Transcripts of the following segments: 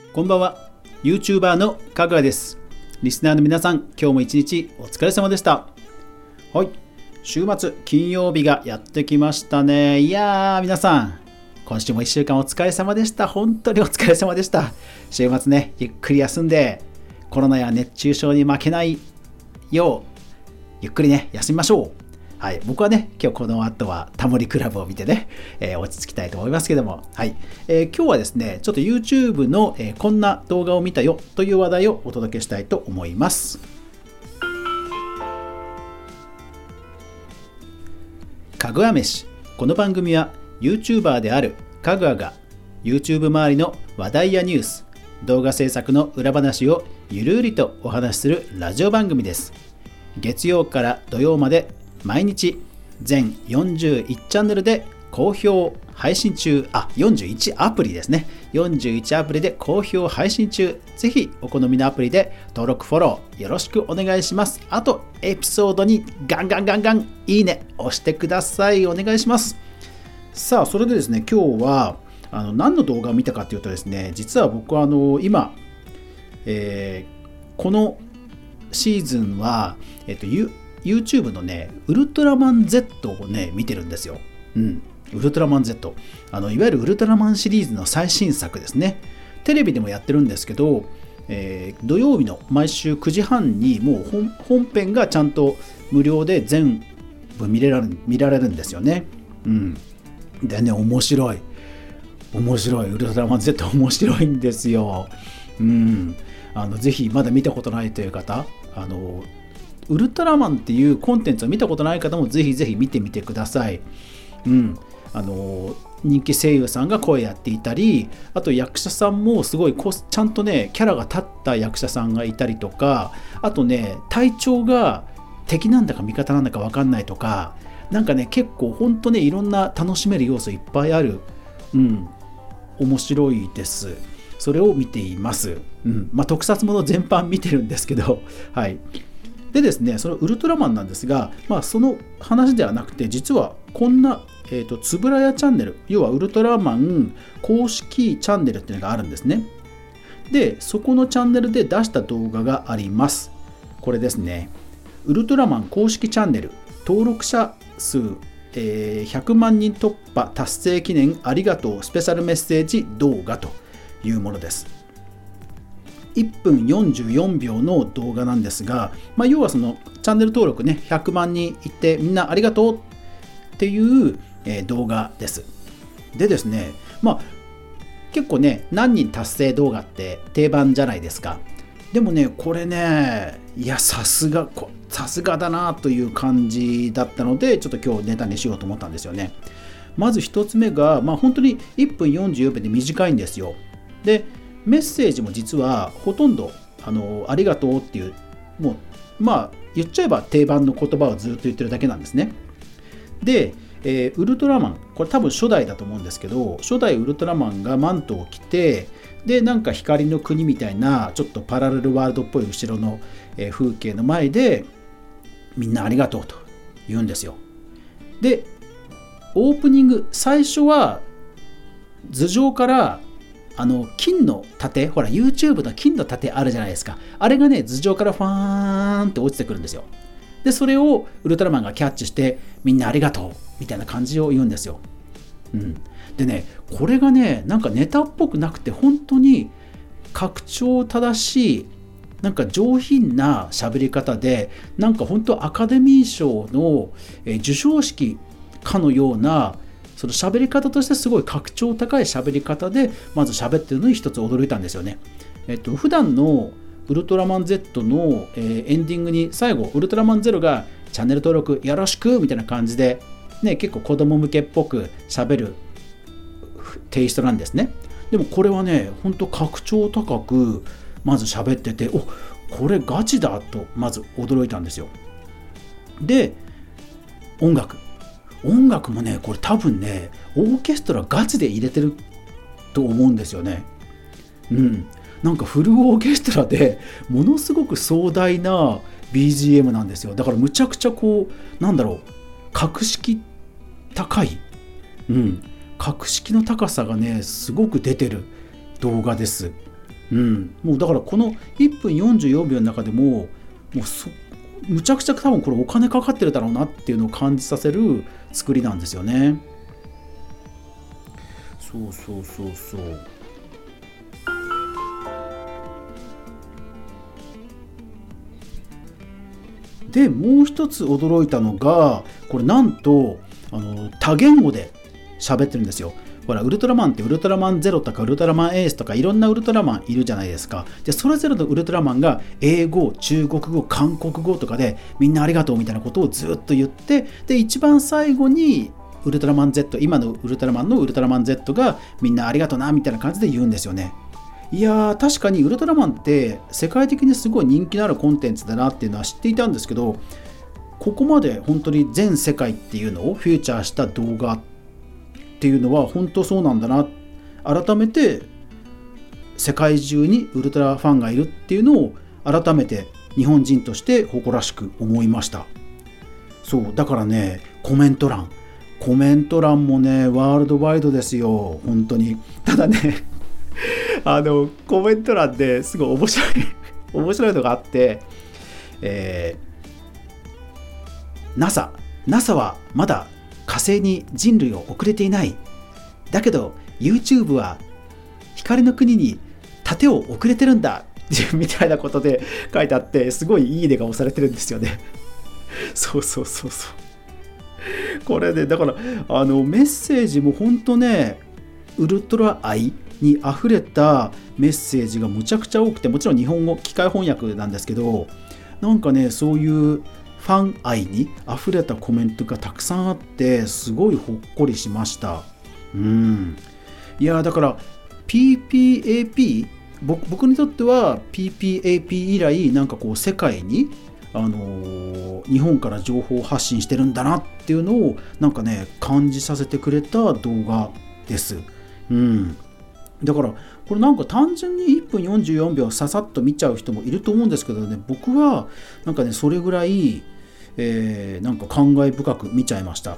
こんばんは。YouTuber のかぐわです。リスナーの皆さん、今日も一日お疲れ様でした。はい、週末金曜日がやってきましたね。いやー、皆さん、今週も1週間お疲れ様でした。本当にお疲れ様でした。週末ね、ゆっくり休んで、コロナや熱中症に負けないよう、ゆっくりね、休みましょう。はい、僕はね、今日この後はタモリクラブを見てね、落ち着きたいと思いますけども、はい、今日はですね、ちょっと YouTube の、こんな動画を見たよという話題をお届けしたいと思います。かぐわ飯。この番組は YouTuber であるかぐわが YouTube 周りの話題やニュース、動画制作の裏話をゆるりとお話しするラジオ番組です。月曜から土曜まで毎日全41チャンネルで好評配信中。41アプリですね。41アプリで好評配信中。ぜひお好みのアプリで登録フォローよろしくお願いします。あとエピソードにガンガンいいね押してください。お願いします。さあ、それでですね、今日は何の動画を見たかというとですね、実は僕は今、このシーズンは、YouTube のね、ウルトラマン Z をね、見てるんですよ。ウルトラマン Z。いわゆるウルトラマンシリーズの最新作ですね。テレビでもやってるんですけど、土曜日の毎週9時半にもう本編がちゃんと無料で全部見られるんですよね。でね、面白い。ウルトラマン Z 面白いんですよ。ぜひまだ見たことないという方、ウルトラマンっていうコンテンツを見たことない方もぜひぜひ見てみてください。人気声優さんが声やっていたり、あと役者さんもすごいちゃんとねキャラが立った役者さんがいたりとか、あとね隊長が敵なんだか味方なんだか分かんないとか、なんかね結構ほんとねいろんな楽しめる要素いっぱいある。面白いです。それを見ています。特撮もの全般見てるんですけど、はい。でですね、そのウルトラマンなんですが、その話ではなくて、実はこんな、つぶらやチャンネル、要はウルトラマン公式チャンネルっていうのがあるんですね。で、そこのチャンネルで出した動画があります。これですね。ウルトラマン公式チャンネル、登録者数、100万人突破達成記念ありがとうスペシャルメッセージ動画というものです。1分44秒の動画なんですが、要はそのチャンネル登録ね100万人いってみんなありがとうっていう、動画です。でですね、結構ね何人達成動画って定番じゃないですか。でもねこれね、いやさすがだなという感じだったので、ちょっと今日ネタにしようと思ったんですよね。まず一つ目が、本当に1分44秒で短いんですよ。でメッセージも実はほとんどありがとうっていう、もう言っちゃえば定番の言葉をずっと言ってるだけなんですね。で、ウルトラマン、これ多分初代だと思うんですけど、初代ウルトラマンがマントを着て、でなんか光の国みたいなちょっとパラレルワールドっぽい後ろの風景の前でみんなありがとうと言うんですよ。でオープニング最初は頭上から金の盾、ほら YouTube の金の盾あるじゃないですか。あれがね頭上からファーンって落ちてくるんですよ。でそれをウルトラマンがキャッチしてみんなありがとうみたいな感じを言うんですよ。でねこれがねなんかネタっぽくなくて、本当に格調正しいなんか上品な喋り方で、なんか本当アカデミー賞の授賞式かのようなその喋り方としてすごい格調高い喋り方でまず喋ってるのに一つ驚いたんですよね。普段のウルトラマン Z の、エンディングに最後ウルトラマン0がチャンネル登録よろしくみたいな感じで、結構子供向けっぽく喋るテイストなんですね。でもこれはね本当格調高くまず喋ってて、これガチだとまず驚いたんですよ。で音楽もねこれ多分ねオーケストラガチで入れてると思うんですよね。なんかフルオーケストラでものすごく壮大な BGM なんですよ。だからむちゃくちゃ格式高い、格式の高さがねすごく出てる動画です。 もうだからこの1分44秒の中でもむちゃくちゃ多分これお金かかってるだろうなっていうのを感じさせる作りなんですよね。そうでもう一つ驚いたのが、これなんと多言語で喋ってるんですよ。ほらウルトラマンってウルトラマンゼロとかウルトラマンエースとかいろんなウルトラマンいるじゃないですか。でそれぞれのウルトラマンが英語、中国語、韓国語とかでみんなありがとうみたいなことをずっと言って、で一番最後にウルトラマン Z、 今のウルトラマンのウルトラマン Z がみんなありがとうなみたいな感じで言うんですよね。いやー確かにウルトラマンって世界的にすごい人気のあるコンテンツだなっていうのは知っていたんですけど、ここまで本当に全世界っていうのをフューチャーした動画っていうのは本当そうなんだな、改めて世界中にウルトラファンがいるっていうのを改めて日本人として誇らしく思いました。そうだからね、コメント欄もねワールドワイドですよ本当に。ただねコメント欄ですごい面白いのがあって、NASA はまだ火星に人類を送れていない。だけど YouTube は光の国に盾を送れてるんだみたいなことで書いてあって、すごいいいねが押されてるんですよね。そうこれね、だからメッセージも本当ねウルトラ愛にあふれたメッセージがむちゃくちゃ多くて、もちろん日本語機械翻訳なんですけど、なんかねそういうファン愛にあふれたコメントがたくさんあって、すごいほっこりしました。いやだから PPAP、 僕にとっては PPAP 以来なんかこう世界に日本から情報発信してるんだなっていうのをなんかね感じさせてくれた動画です。だからこれなんか単純に1分44秒ささっと見ちゃう人もいると思うんですけどね、僕はなんかねそれぐらい、なんか感慨深く見ちゃいました。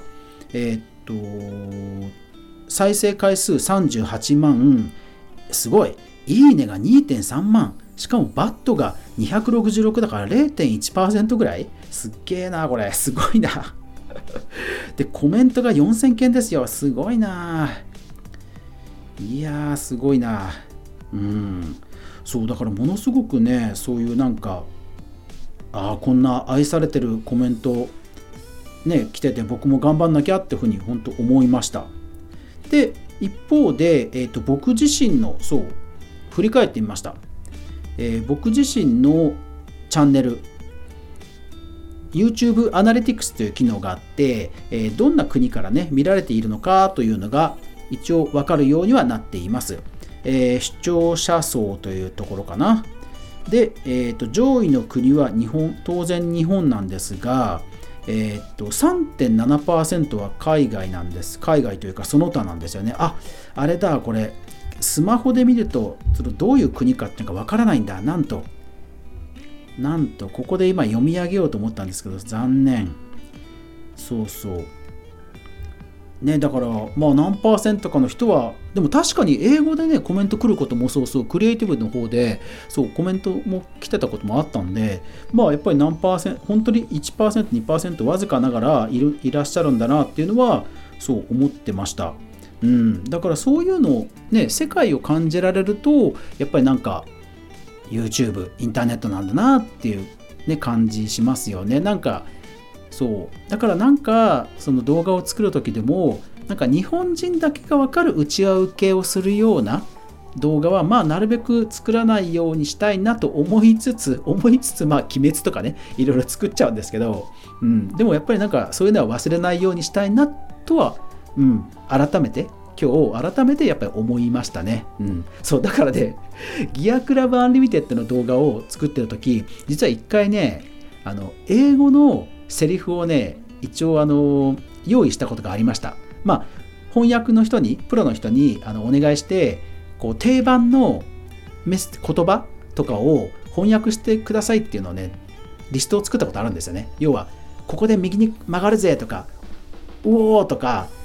再生回数38万、すごい、いいねが 2.3 万、しかもバットが266だから 0.1% ぐらい、すっげえなこれ、すごいな。でコメントが4000件ですよ、すごいな。いやーすごいな。そうだからものすごくね、そういうなんかこんな愛されてるコメントね来てて、僕も頑張んなきゃっていうふうに本当思いました。で一方で、僕自身の振り返ってみました。僕自身のチャンネル YouTube アナリティクスという機能があって、どんな国からね見られているのかというのが一応分かるようにはなっています。視聴者層というところかな。で、上位の国は当然日本なんですが、3.7% は海外なんです。海外というかその他なんですよね。あれだ、これスマホで見るとどういう国かっていうかわからないんだ。なんとここで今読み上げようと思ったんですけど残念。ね、だから何%かの人はでも確かに英語でねコメント来ることもクリエイティブの方でコメントも来てたこともあったんで、やっぱり何%、本当に 1%、2% わずかながらいらっしゃるんだなっていうのは思ってました。だからそういうのをね世界を感じられるとやっぱりなんか YouTube インターネットなんだなっていうね感じしますよね。なんかだからなんかその動画を作る時でもなんか日本人だけが分かる内輪受けをするような動画はなるべく作らないようにしたいなと思いつつ鬼滅とかねいろいろ作っちゃうんですけど、でもやっぱりなんかそういうのは忘れないようにしたいなとは、改めてやっぱり思いましたね。だからねギアクラブアンリミテッドの動画を作ってる時、実は一回ね英語のセリフをね一応用意したことがありました。翻訳の人にプロの人にお願いして定番の言葉とかを翻訳してくださいっていうのをねリストを作ったことあるんですよね。要はここで右に曲がるぜとかうおーとか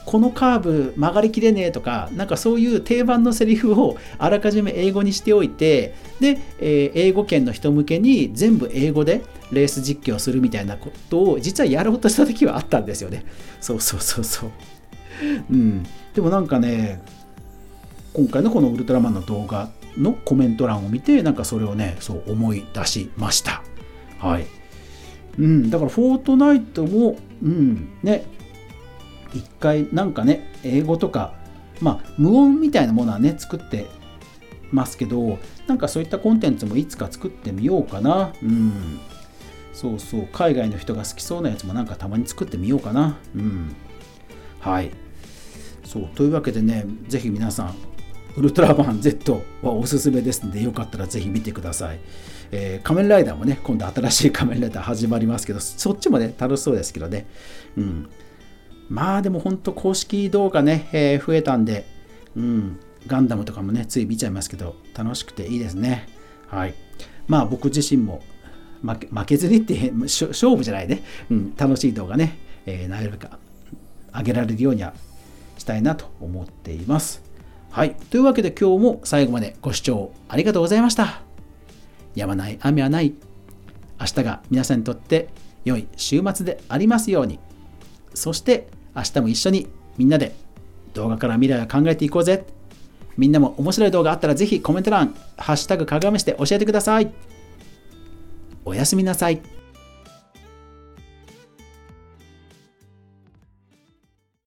このカーブ曲がりきれねえとか、なんかそういう定番のセリフをあらかじめ英語にしておいて、で、英語圏の人向けに全部英語でレース実況するみたいなことを実はやろうとした時はあったんですよね。そうそうそうそう。でもなんかね、今回のこのウルトラマンの動画のコメント欄を見て、なんかそれをね、そう思い出しました。はい。だからフォートナイトも、ね、一回なんかね、英語とか、無音みたいなものはね、作ってますけど、なんかそういったコンテンツもいつか作ってみようかな。そうそう、海外の人が好きそうなやつもなんかたまに作ってみようかな。はい。そう、というわけでね、ぜひ皆さん、ウルトラマン Z はおすすめですので、よかったらぜひ見てください。仮面ライダーもね、今度新しい仮面ライダー始まりますけど、そっちもね、楽しそうですけどね。でも本当公式動画ね、増えたんで、ガンダムとかもね、つい見ちゃいますけど、楽しくていいですね。はい。僕自身も負けずにって勝負じゃないね。楽しい動画ね、なるべく上げられるようにはしたいなと思っています。はい。というわけで今日も最後までご視聴ありがとうございました。やまない雨はない。明日が皆さんにとって良い週末でありますように。そして明日も一緒にみんなで動画から未来を考えていこうぜ。みんなも面白い動画あったらぜひコメント欄、ハッシュタグかがめして教えてください。おやすみなさい。